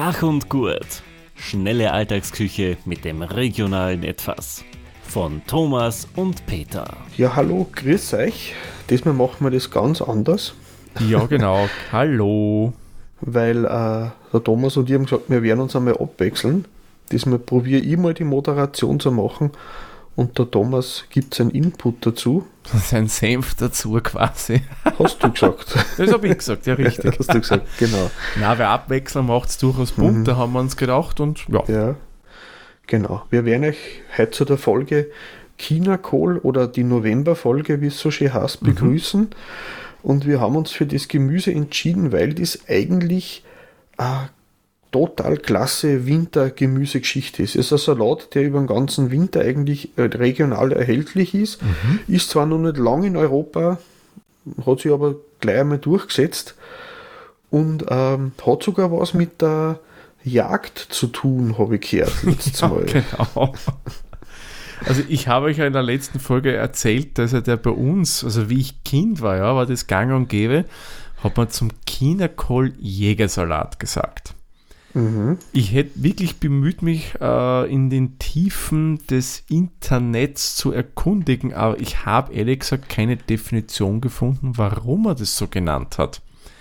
Schach und Gurt. Schnelle Alltagsküche mit dem regionalen Etwas. Von Thomas und Peter. Ja, hallo, grüß euch. Diesmal machen wir das ganz anders. Ja, genau. Hallo. Weil der Thomas und ich haben gesagt, wir werden uns einmal abwechseln. Diesmal probiere ich mal die Moderation zu machen und der Thomas gibt seinen Input dazu. Sein Senf dazu quasi. Hast du gesagt? Das habe ich gesagt, ja richtig. Hast du gesagt, genau. Na, wer abwechseln macht es durchaus bunt, da haben wir uns gedacht und ja. Ja, genau. Wir werden euch heute zu der Folge Chinakohl oder die Novemberfolge, wie es so schön heißt, begrüßen. Und wir haben uns für das Gemüse entschieden, weil das eigentlich eine total klasse Wintergemüsegeschichte ist. Es ist ein Salat, der über den ganzen Winter eigentlich regional erhältlich ist. Ist zwar noch nicht lang in Europa, hat sich aber gleich einmal durchgesetzt und hat sogar was mit der Jagd zu tun, habe ich gehört letztes Mal. Genau. Also ich habe euch ja in der letzten Folge erzählt, dass der bei uns, also wie ich Kind war, ja, war das gang und gäbe, hat man zum Chinakohl Jägersalat gesagt. Ich hätte wirklich bemüht, mich in den Tiefen des Internets zu erkundigen, aber ich habe ehrlich gesagt keine Definition gefunden, warum er das so genannt hat.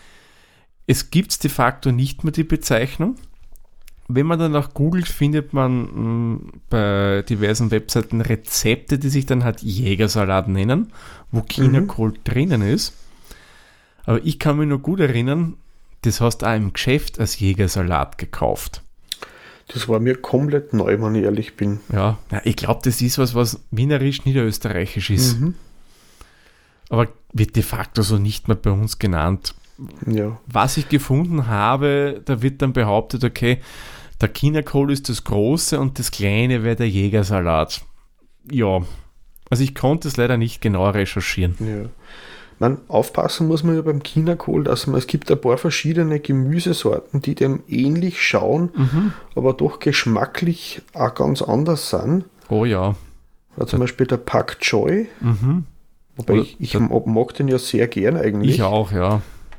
Es gibt de facto nicht mehr die Bezeichnung. Wenn man danach googelt, findet man bei diversen Webseiten Rezepte, die sich dann halt Jägersalat nennen, wo Chinakohl drinnen ist. Aber ich kann mich noch gut erinnern, das hast du auch im Geschäft als Jägersalat gekauft. Das war mir komplett neu, wenn ich ehrlich bin. Ja, ich glaube, das ist was wienerisch-niederösterreichisch ist. Aber wird de facto so nicht mehr bei uns genannt. Ja. Was ich gefunden habe, da wird dann behauptet, okay, der Chinakohl ist das Große und das Kleine wäre der Jägersalat. Ja, also ich konnte es leider nicht genau recherchieren. Ja. Aufpassen muss man ja beim Chinakohl, dass es gibt ein paar verschiedene Gemüsesorten, die dem ähnlich schauen, aber doch geschmacklich auch ganz anders sind. Oh ja. Ja, zum Beispiel der Pak Choi, wobei ich mag den ja sehr gern eigentlich. Ich auch, ja.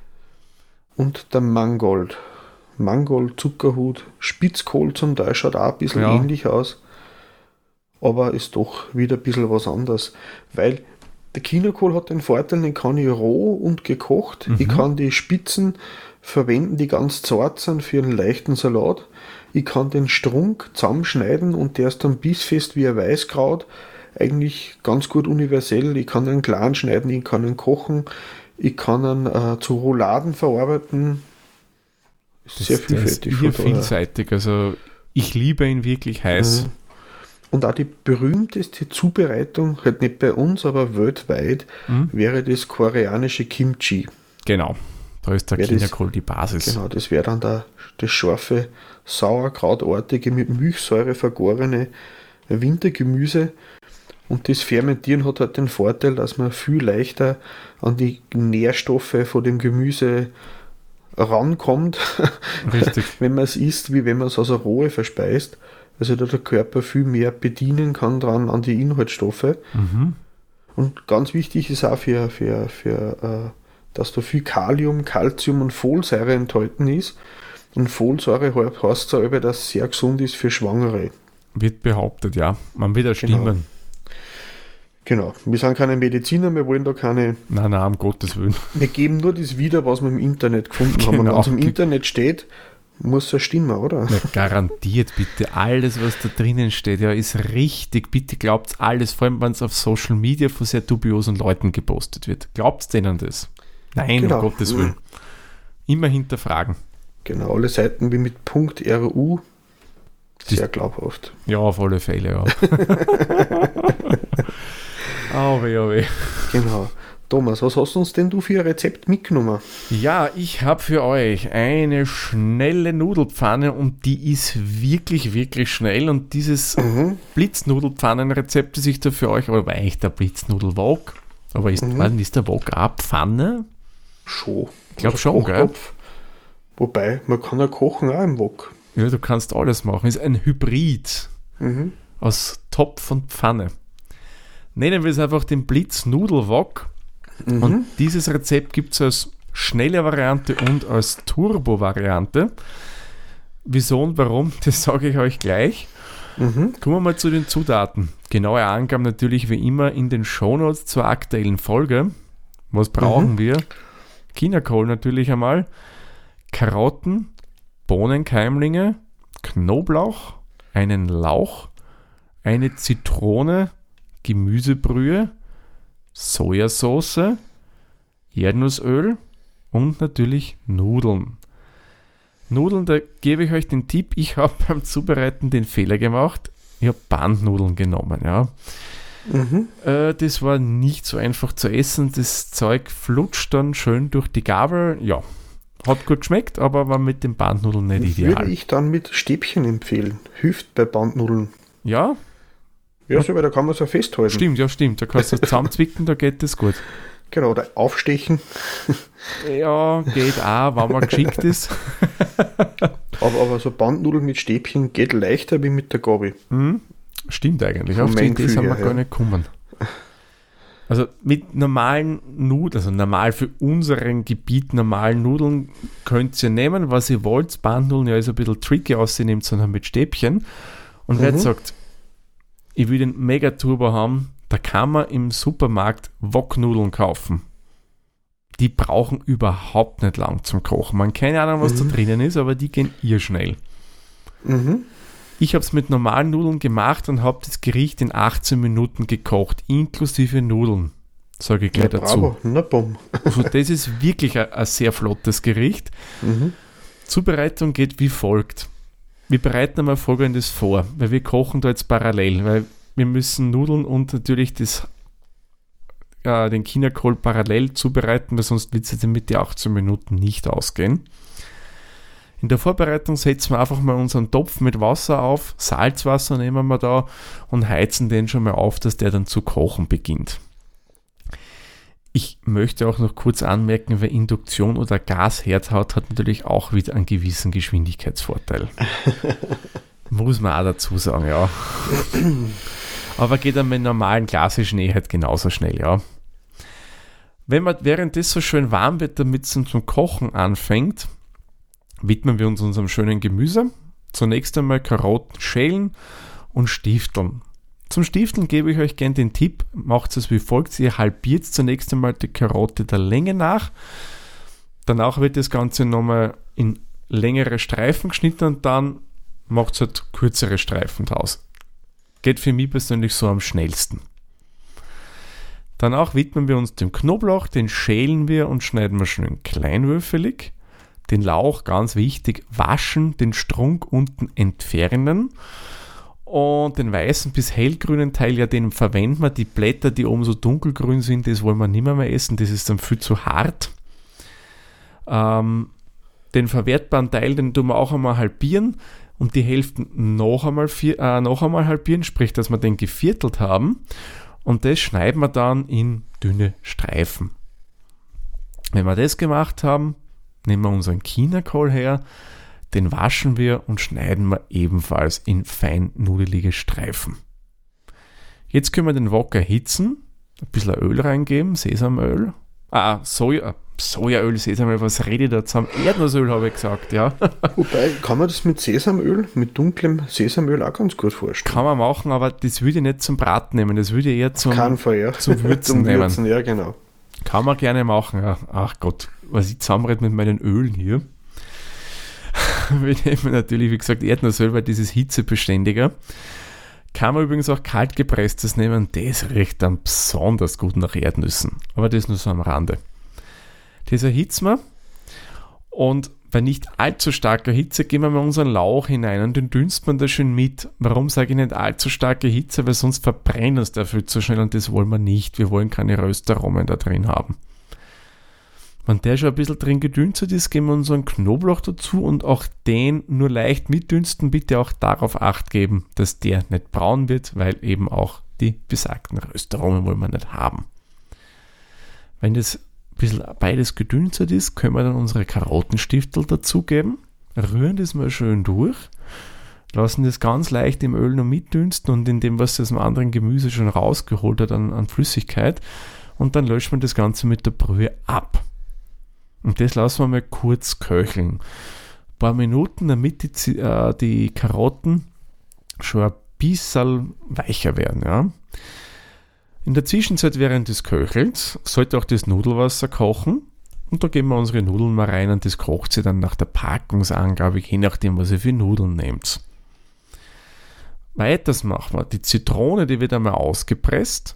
Und der Mangold. Mangold, Zuckerhut, Spitzkohl zum Teil schaut auch ein bisschen ähnlich aus, aber ist doch wieder ein bisschen was anderes, weil der Chinakohl hat den Vorteil, den kann ich roh und gekocht. Ich kann die Spitzen verwenden, die ganz zart sind für einen leichten Salat. Ich kann den Strunk zusammenschneiden und der ist dann bissfest wie ein Weißkraut. Eigentlich ganz gut universell. Ich kann einen klein schneiden, ich kann ihn kochen, ich kann ihn zu Rouladen verarbeiten. Sehr vielfältig. Sehr vielseitig. Also ich liebe ihn wirklich heiß. Und auch die berühmteste Zubereitung, halt nicht bei uns, aber weltweit, wäre das koreanische Kimchi. Genau, da ist der Chinakohl die Basis. Genau, das wäre dann das scharfe, sauerkrautartige, mit Milchsäure vergorene Wintergemüse. Und das Fermentieren hat halt den Vorteil, dass man viel leichter an die Nährstoffe von dem Gemüse rankommt, Richtig. wenn man es isst, wie wenn man es aus der Rohe verspeist. Also da der Körper viel mehr bedienen kann dran an die Inhaltsstoffe. Und ganz wichtig ist auch dass da viel Kalium, Calcium und Folsäure enthalten ist. Und Folsäure heißt so, dass es sehr gesund ist für Schwangere. Wird behauptet, ja. Man wird auch stimmen. Genau. Wir sind keine Mediziner, wir wollen da keine... Nein, um Gottes Willen. Wir geben nur das wieder, was wir im Internet gefunden haben. Und wenn es im Internet steht, muss ja stimmen, oder? Ja, garantiert, bitte. Alles, was da drinnen steht, ja, ist richtig. Bitte glaubt's alles, vor allem, wenn es auf Social Media von sehr dubiosen Leuten gepostet wird. Glaubt's denen das? Nein, Genau. Um Gottes Willen. Immer hinterfragen. Genau, alle Seiten wie mit .ru. Sehr glaubhaft. Ja, auf alle Fälle, ja. Oh weh. Genau. Thomas, was hast uns denn du für ein Rezept mitgenommen? Ja, ich habe für euch eine schnelle Nudelpfanne und die ist wirklich, wirklich schnell und dieses Blitznudelpfannenrezept, das ich da für euch, oder war eigentlich der Blitznudelwok, aber ist der Wok auch Pfanne? Schon. Ich glaube schon, gell? Wobei, man kann ja kochen auch im Wok. Ja, du kannst alles machen. Ist ein Hybrid aus Topf und Pfanne. Nennen wir es einfach den Blitznudelwok. Und dieses Rezept gibt es als schnelle Variante und als Turbo-Variante. Wieso und warum, das sage ich euch gleich. Kommen wir mal zu den Zutaten. Genaue Angaben natürlich wie immer in den Shownotes zur aktuellen Folge. Was brauchen wir? Chinakohl natürlich einmal, Karotten, Bohnenkeimlinge, Knoblauch, einen Lauch, eine Zitrone, Gemüsebrühe, Sojasauce, Erdnussöl und natürlich Nudeln. Nudeln, da gebe ich euch den Tipp, ich habe beim Zubereiten den Fehler gemacht, ich habe Bandnudeln genommen, ja. Das war nicht so einfach zu essen, das Zeug flutscht dann schön durch die Gabel, ja, hat gut geschmeckt, aber war mit den Bandnudeln nicht ideal. Würde ich dann mit Stäbchen empfehlen, hilft bei Bandnudeln. Ja? Ja, so, weil da kann man so festhalten. Stimmt, ja stimmt, da kannst du zusammenzwicken, da geht das gut. Genau, oder aufstechen. Ja, geht auch, wenn man geschickt ist. aber so Bandnudeln mit Stäbchen geht leichter wie mit der Gabel. Stimmt eigentlich, auf die Idee sind wir gar nicht gekommen. Also mit normalen Nudeln, also normal für unseren Gebiet normalen Nudeln könnt ihr nehmen, was ihr wollt. Bandnudeln ja ist ein bisschen tricky aussehen, sondern mit Stäbchen. Und wer jetzt sagt, ich will den Mega-Turbo haben, da kann man im Supermarkt Woknudeln kaufen. Die brauchen überhaupt nicht lang zum Kochen. Man keine Ahnung, was da drinnen ist, aber die gehen schnell. Ich habe es mit normalen Nudeln gemacht und habe das Gericht in 18 Minuten gekocht, inklusive Nudeln, sage ich gleich dazu. Na, bumm. Also das ist wirklich ein sehr flottes Gericht. Zubereitung geht wie folgt. Wir bereiten einmal Folgendes vor, weil wir kochen da jetzt parallel, weil wir müssen Nudeln und natürlich den Chinakohl parallel zubereiten, weil sonst wird es mit den 18 Minuten nicht ausgehen. In der Vorbereitung setzen wir einfach mal unseren Topf mit Wasser auf, Salzwasser nehmen wir da und heizen den schon mal auf, dass der dann zu kochen beginnt. Ich möchte auch noch kurz anmerken, wer Induktion oder Gasherd hat natürlich auch wieder einen gewissen Geschwindigkeitsvorteil. Muss man auch dazu sagen, ja. Aber geht dann mit normalen klassischen halt genauso schnell, ja. Während das so schön warm wird, damit es zum Kochen anfängt, widmen wir uns unserem schönen Gemüse. Zunächst einmal Karotten schälen und stifteln. Zum Stifteln gebe ich euch gerne den Tipp, macht es wie folgt, ihr halbiert zunächst einmal die Karotte der Länge nach, danach wird das Ganze nochmal in längere Streifen geschnitten und dann macht es halt kürzere Streifen draus. Geht für mich persönlich so am schnellsten. Danach widmen wir uns dem Knoblauch, den schälen wir und schneiden wir schön kleinwürfelig. Den Lauch, ganz wichtig, waschen, den Strunk unten entfernen und den weißen bis hellgrünen Teil, ja, den verwenden wir. Die Blätter, die oben so dunkelgrün sind, das wollen wir nicht mehr essen, das ist dann viel zu hart. Den verwertbaren Teil, den tun wir auch einmal halbieren und die Hälfte noch einmal halbieren, sprich, dass wir den geviertelt haben und das schneiden wir dann in dünne Streifen. Wenn wir das gemacht haben, nehmen wir unseren Chinakohl her, den waschen wir und schneiden wir ebenfalls in fein nudelige Streifen. Jetzt können wir den Wok erhitzen, ein bisschen Öl reingeben, Sesamöl, Sojaöl, Sesamöl, was rede ich da zusammen? Erdnussöl habe ich gesagt, ja. Wobei, kann man das mit Sesamöl, mit dunklem Sesamöl auch ganz gut vorstellen? Kann man machen, aber das würde ich nicht zum Braten nehmen, das würde ich eher zum Würzen zum nehmen. Würzen, ja, genau. Kann man gerne machen, ja. Ach Gott, was ich zusammenrede mit meinen Ölen hier. Wir nehmen natürlich, wie gesagt, Erdnussöl, weil dieses hitzebeständiger. Kann man übrigens auch kaltgepresstes nehmen, das riecht dann besonders gut nach Erdnüssen. Aber das nur so am Rande. Das erhitzen wir und bei nicht allzu starker Hitze geben wir mal unseren Lauch hinein und den dünst man da schön mit. Warum sage ich nicht allzu starke Hitze? Weil sonst verbrennen es dafür zu schnell und das wollen wir nicht. Wir wollen keine Röstaromen da drin haben. Wenn der schon ein bisschen drin gedünstet ist, geben wir unseren Knoblauch dazu und auch den nur leicht mitdünsten. Bitte auch darauf Acht geben, dass der nicht braun wird, weil eben auch die besagten Röstaromen wollen wir nicht haben. Wenn das ein bisschen beides gedünstet ist, können wir dann unsere Karottenstiftel dazugeben, rühren das mal schön durch, lassen das ganz leicht im Öl noch mitdünsten und in dem, was das im anderen Gemüse schon rausgeholt hat an Flüssigkeit, und dann löschen wir das Ganze mit der Brühe ab. Und das lassen wir mal kurz köcheln. paar Minuten, damit die Karotten schon ein bisschen weicher werden. Ja. In der Zwischenzeit während des Köchelns sollte auch das Nudelwasser kochen und da geben wir unsere Nudeln mal rein und das kocht sie dann nach der Packungsangabe, je nachdem, was ihr für Nudeln nehmt. Weiters machen wir die Zitrone, die wird einmal ausgepresst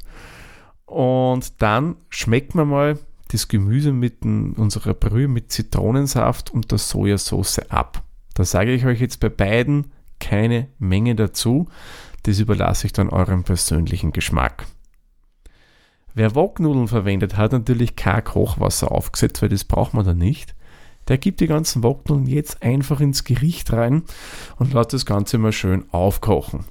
und dann schmecken wir mal das Gemüse mit unserer Brühe mit Zitronensaft und der Sojasauce ab. Da sage ich euch jetzt bei beiden keine Menge dazu, das überlasse ich dann eurem persönlichen Geschmack. Wer Woknudeln verwendet, hat natürlich kein Kochwasser aufgesetzt, weil das braucht man dann nicht. Der gibt die ganzen Woknudeln jetzt einfach ins Gericht rein und lässt das Ganze mal schön aufkochen.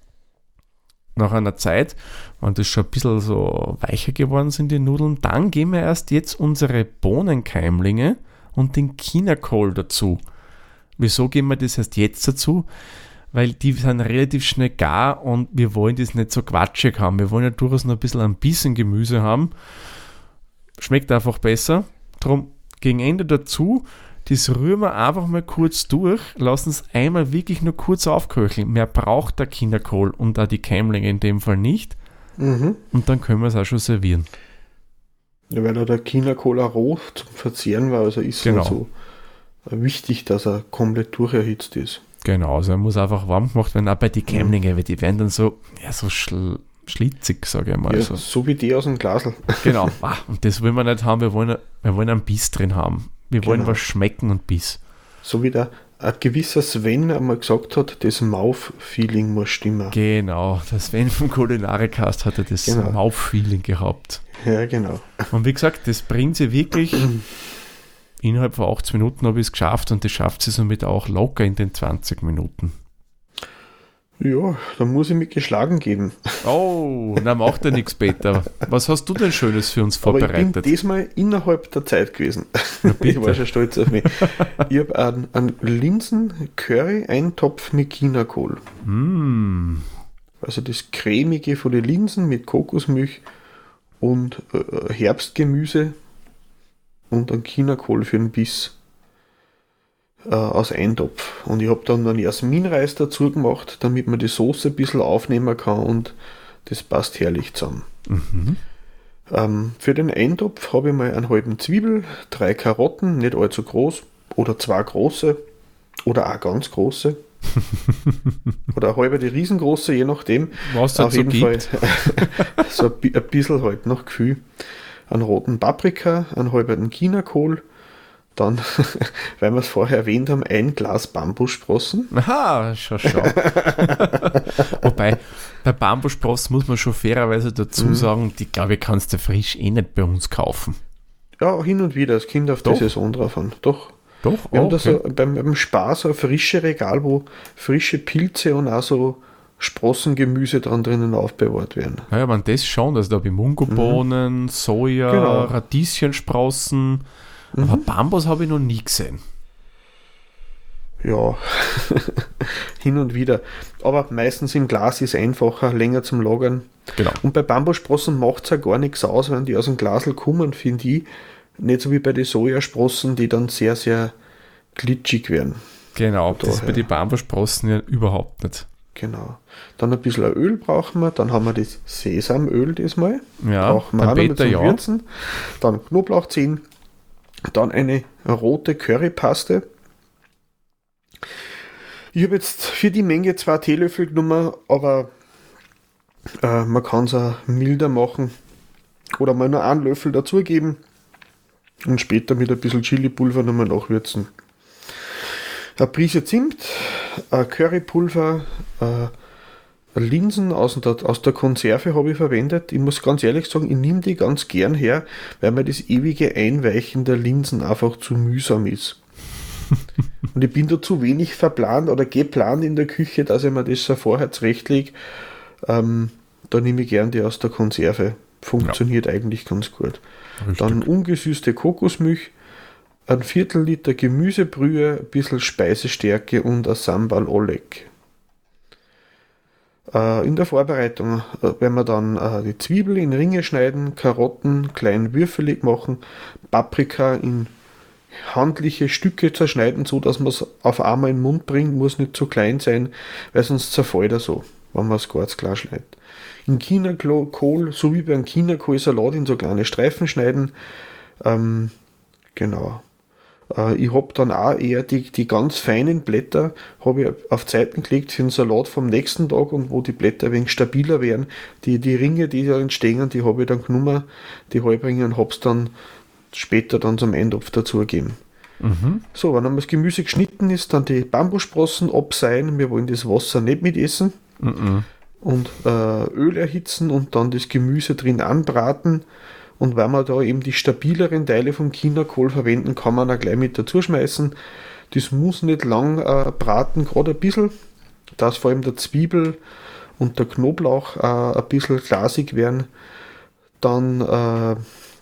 Nach einer Zeit, wenn das schon ein bisschen so weicher geworden sind, die Nudeln, dann geben wir erst jetzt unsere Bohnenkeimlinge und den Chinakohl dazu. Wieso geben wir das erst jetzt dazu? Weil die sind relativ schnell gar und wir wollen das nicht so quatschig haben. Wir wollen ja durchaus noch ein bisschen Gemüse haben. Schmeckt einfach besser. Darum gegen Ende dazu, das rühren wir einfach mal kurz durch, lassen es einmal wirklich nur kurz aufköcheln. Mehr braucht der Chinakohl und auch die Keimlinge in dem Fall nicht. Und dann können wir es auch schon servieren. Ja, weil der Chinakohl auch roh zum Verzehren war, also ist Genau. nicht so wichtig, dass er komplett durcherhitzt ist. Genau, also er muss einfach warm gemacht werden, auch bei den Keimlinge, weil die werden dann so, ja, so schlitzig, sage ich mal. Ja, So. so wie die aus dem Glasl. Genau, und das wollen wir nicht haben, wir wollen einen Biss drin haben. Wir wollen Genau. was schmecken und Biss. So wie ein gewisser Sven einmal gesagt hat, das Mouth-Feeling muss stimmen. Genau, der Sven vom Kulinarikast hatte das Genau. Mouth-Feeling gehabt. Ja, genau. Und wie gesagt, das bringt sie wirklich, innerhalb von 80 Minuten habe ich es geschafft und das schafft sie somit auch locker in den 20 Minuten. Ja, da muss ich mich geschlagen geben. Oh, na macht ja nichts, Peter. Was hast du denn Schönes für uns Aber ich vorbereitet? bin diesmal innerhalb der Zeit gewesen. Na bitte. Ich war schon stolz auf mich. Ich habe einen Linsen-Curry-Eintopf mit Chinakohl. Also das cremige von den Linsen mit Kokosmilch und Herbstgemüse und einen Chinakohl für den Biss aus Eintopf. Und ich habe dann einen Jasminreis dazu gemacht, damit man die Soße ein bisschen aufnehmen kann und das passt herrlich zusammen. Für den Eintopf habe ich mal einen halben Zwiebel, 3 Karotten, nicht allzu groß, oder 2 große, oder auch ganz große. Oder eine halbe die riesengroße, je nachdem. Was es halt Auf so jeden gibt. Fall so ein bisschen halt noch Gefühl. Einen roten Paprika, einen halben Chinakohl, dann, weil wir es vorher erwähnt haben, ein Glas Bambussprossen. Aha, schau. Wobei, bei Bambussprossen muss man schon fairerweise dazu sagen, die glaube ich kannst du frisch nicht bei uns kaufen. Ja, hin und wieder, es kommt auf die Doch. Saison drauf an. Doch. Doch? Wir haben da okay. so beim Spar so ein frisches Regal, wo frische Pilze und auch so Sprossengemüse dran drinnen aufbewahrt werden. Naja, man das schon, also da habe ich Mungobohnen, Soja, Genau. Radieschensprossen, aber Bambus habe ich noch nie gesehen. Ja, hin und wieder. Aber meistens im Glas ist einfacher, länger zum Lagern. Genau. Und bei Bambussprossen macht es ja gar nichts aus, wenn die aus dem Glasl kommen, finde ich. Nicht so wie bei den Sojasprossen, die dann sehr, sehr glitschig werden. Genau, das ist bei Daher. den Bambussprossen ja überhaupt nicht. Genau. Dann ein bisschen Öl brauchen wir. Dann haben wir das Sesamöl diesmal. Ja, Brauchen wir beim auch noch mit Peter zum ja. Würzen. Dann Knoblauchzehen. Dann eine rote Currypaste. Ich habe jetzt für die Menge 2 Teelöffel genommen, aber man kann es auch milder machen oder mal nur einen Löffel dazugeben und später mit ein bisschen Chili-Pulver nochmal nachwürzen. Eine Prise Zimt, Currypulver, Linsen aus der Konserve habe ich verwendet. Ich muss ganz ehrlich sagen, ich nehme die ganz gern her, weil mir das ewige Einweichen der Linsen einfach zu mühsam ist. Und ich bin da zu wenig verplant oder geplant in der Küche, dass ich mir das so vorher zurechtlege. Da nehme ich gern die aus der Konserve. Funktioniert eigentlich ganz gut. Richtig. Dann ungesüßte Kokosmilch, ein Viertel Liter Gemüsebrühe, ein bisschen Speisestärke und ein Sambal Oleg. In der Vorbereitung werden wir dann die Zwiebel in Ringe schneiden, Karotten klein würfelig machen, Paprika in handliche Stücke zerschneiden, so dass man es auf einmal in den Mund bringt, muss nicht zu klein sein, weil sonst zerfällt er so, wenn man es ganz klar schneidet. In Chinakohl, so wie beim Chinakohlsalat, in so kleine Streifen schneiden. Genau. Ich habe dann auch eher die ganz feinen Blätter habe ich auf Seiten gelegt für den Salat vom nächsten Tag, und wo die Blätter ein wenig stabiler werden. Die Ringe, die da entstehen, die habe ich dann genommen, die Halbringe, und habe es dann später dann zum Eintopf dazugegeben. So, wenn das Gemüse geschnitten ist, dann die Bambussprossen abseihen. Wir wollen das Wasser nicht mitessen. Und Öl erhitzen und dann das Gemüse drin anbraten. Und weil wir da eben die stabileren Teile vom Chinakohl verwenden, kann man auch gleich mit dazu schmeißen. Das muss nicht lang braten, gerade ein bisschen, dass vor allem der Zwiebel und der Knoblauch ein bisschen glasig werden. Dann,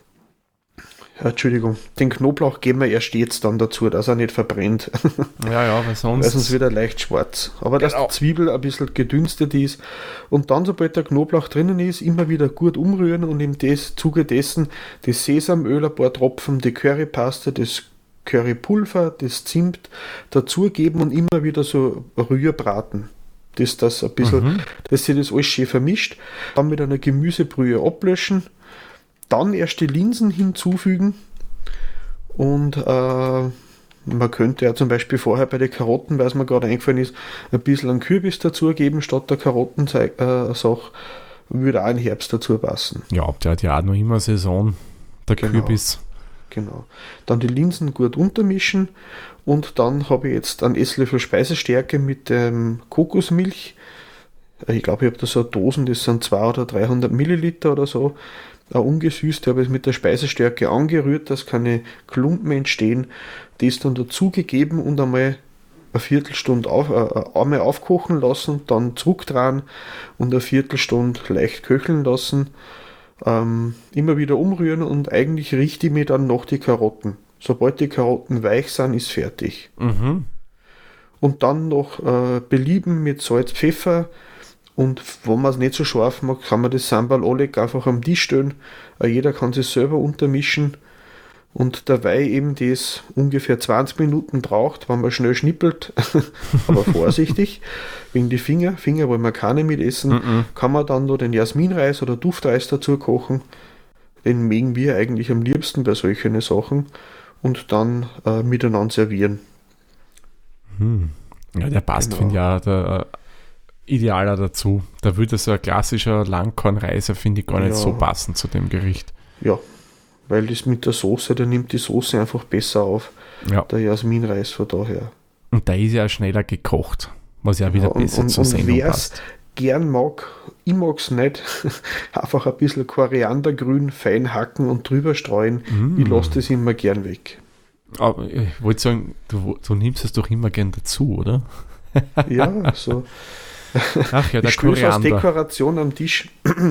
den Knoblauch geben wir erst jetzt dann dazu, dass er nicht verbrennt. Ja, weil sonst wird er leicht schwarz. Aber dass die Zwiebel ein bisschen gedünstet ist. Und dann, sobald der Knoblauch drinnen ist, immer wieder gut umrühren und im Zuge dessen das Sesamöl, ein paar Tropfen, die Currypaste, das Currypulver, das Zimt dazugeben und immer wieder so rührbraten. Das ein bisschen, dass sich das alles schön vermischt. Dann mit einer Gemüsebrühe ablöschen. Dann erst die Linsen hinzufügen und man könnte ja zum Beispiel vorher bei den Karotten, weil es mir gerade eingefallen ist, ein bisschen einen Kürbis dazugeben statt der Karottensache, würde auch im Herbst dazu passen. Ja, der hat ja auch noch immer Saison, der Kürbis. Genau. Dann die Linsen gut untermischen und dann habe ich jetzt einen Esslöffel Speisestärke mit Kokosmilch. Ich glaube, ich habe da so Dosen, das sind 200 oder 300 Milliliter oder so. Ungesüßt, habe ich es mit der Speisestärke angerührt, dass keine Klumpen entstehen, das dann dazugegeben und einmal eine Viertelstunde einmal aufkochen lassen, dann zurückdrehen und eine Viertelstunde leicht köcheln lassen, immer wieder umrühren und eigentlich richte ich mir dann noch die Karotten. Sobald die Karotten weich sind, ist fertig. Und dann noch belieben mit Salz, Pfeffer. Und wenn man es nicht so scharf mag, kann man das Sambal Oleg einfach am Tisch stellen. Jeder kann sich selber untermischen. Und dabei eben das ungefähr 20 Minuten braucht, wenn man schnell schnippelt, aber vorsichtig, wegen die Finger wollen wir keine mitessen, kann man dann noch den Jasminreis oder Duftreis dazu kochen. Den mögen wir eigentlich am liebsten bei solchen Sachen. Und dann miteinander servieren. Ja, der passt, finde ich, ja, der idealer dazu. Da würde so ein klassischer Langkornreiser, finde ich, gar nicht so passen zu dem Gericht. Ja, weil das mit der Soße, der nimmt die Soße einfach besser auf. Ja. Der Jasminreis von daher. Und der ist ja schneller gekocht, was ja wieder besser zur Sendung passt. Gern mag, ich mag es nicht, einfach ein bisschen Koriandergrün fein hacken und drüber streuen. Ich lasse das immer gern weg. Aber ich wollte sagen, du nimmst es doch immer gern dazu, oder? Ja, so. Ach ja, der ich Koriander. Als Dekoration am Tisch.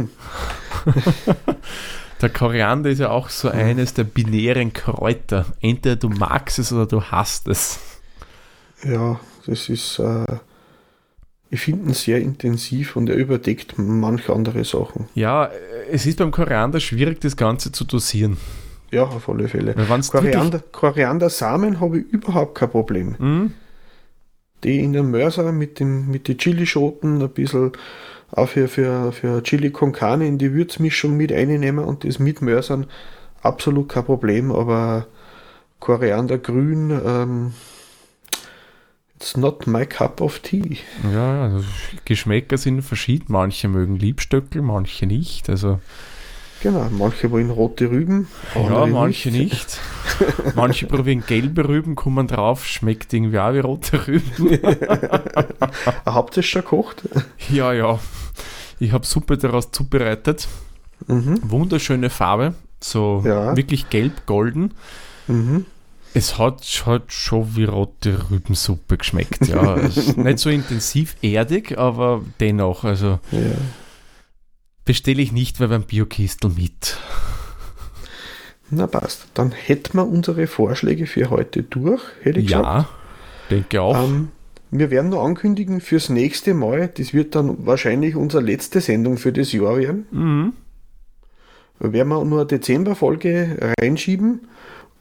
Der Koriander ist ja auch so eines der binären Kräuter. Entweder du magst es oder du hasst es. Ja, das ist, ich finde ihn sehr intensiv und er überdeckt manche andere Sachen. Ja, es ist beim Koriander schwierig, das Ganze zu dosieren. Ja, auf alle Fälle. Koriandersamen habe ich überhaupt kein Problem. Die in der Mörser mit den Chilischoten ein bisschen auch für Chili con Carne in die Würzmischung mit einnehmen und das mitmörsern, absolut kein Problem, aber Koriandergrün, it's not my cup of tea. Ja, also Geschmäcker sind verschieden, manche mögen Liebstöckel, manche nicht, also genau, manche wollen rote Rüben. Ja, manche nicht. Manche probieren gelbe Rüben, kommen drauf, schmeckt irgendwie auch wie rote Rüben. Habt ihr es schon gekocht? Ja. Ich habe Suppe daraus zubereitet. Wunderschöne Farbe, so wirklich gelb-golden. Es hat schon wie rote Rübensuppe geschmeckt. Ja. Nicht so intensiv erdig, aber dennoch, also bestelle ich nicht mehr beim Bio-Kistel mit. Na passt. Dann hätten wir unsere Vorschläge für heute durch, hätte ich gesagt. Ja, denke auch. Wir werden noch ankündigen fürs nächste Mal, das wird dann wahrscheinlich unsere letzte Sendung für das Jahr werden. Da werden wir nur eine Dezember-Folge reinschieben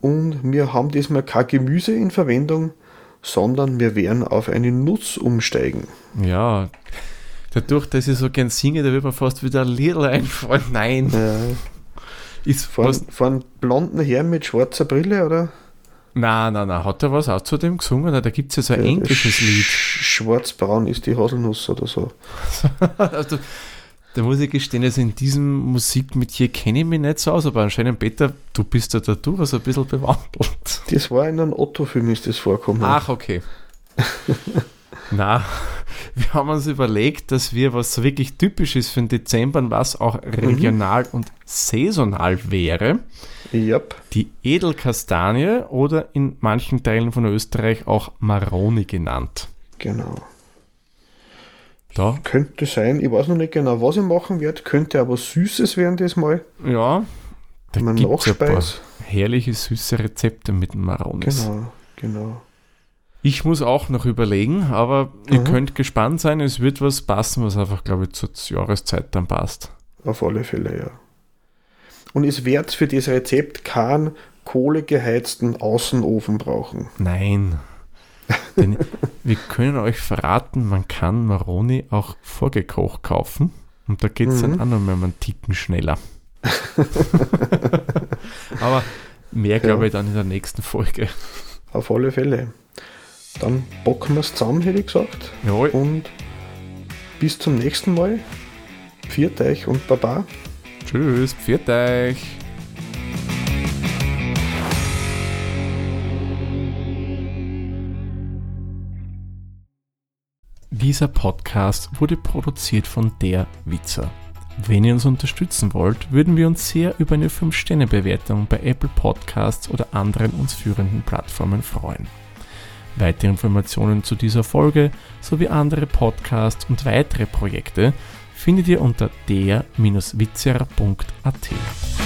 Und wir haben diesmal kein Gemüse in Verwendung, sondern wir werden auf eine Nuss umsteigen. Ja, dadurch, dass ich so gern singe, da wird mir fast wieder ein Liedl einfallen. Nein. Ist von einem blonden Herrn mit schwarzer Brille, oder? Nein. Hat er was auch zu dem gesungen? Da gibt es ja so ein englisches Lied. Schwarzbraun ist die Haselnuss oder so. Also, da muss ich gestehen, also in diesem Musikmetier kenne ich mich nicht so aus, aber anscheinend, Peter, du bist ja da durchaus ein bisschen bewandelt. Das war in einem Otto-Film, ist das vorkommen. Ach, okay. Na, wir haben uns überlegt, dass wir, was so wirklich typisch ist für den Dezember, was auch regional und saisonal wäre, Yep. Die Edelkastanie oder in manchen Teilen von Österreich auch Maroni genannt. Genau. Da. Könnte sein, ich weiß noch nicht genau, was ich machen werde, könnte aber Süßes werden das mal. Ja, da gibt es ein paar herrliche, süße Rezepte mit dem Maronis. Genau. Ich muss auch noch überlegen, aber ihr könnt gespannt sein, es wird was passen, was einfach, glaube ich, zur Jahreszeit dann passt. Auf alle Fälle, ja. Und es wird für das Rezept keinen kohlegeheizten Außenofen brauchen. Nein. Denn wir können euch verraten, man kann Maroni auch vorgekocht kaufen und da geht es dann auch noch mal einen Ticken schneller. Aber mehr, glaube ich, dann in der nächsten Folge. Auf alle Fälle. Dann bocken wir es zusammen, hätte ich gesagt. Jawohl. Und bis zum nächsten Mal. Pfiat euch und Baba. Tschüss, pfiat euch. Dieser Podcast wurde produziert von der Witzer. Wenn ihr uns unterstützen wollt, würden wir uns sehr über eine 5-Sterne-Bewertung bei Apple Podcasts oder anderen uns führenden Plattformen freuen. Weitere Informationen zu dieser Folge sowie andere Podcasts und weitere Projekte findet ihr unter der-witzer.at.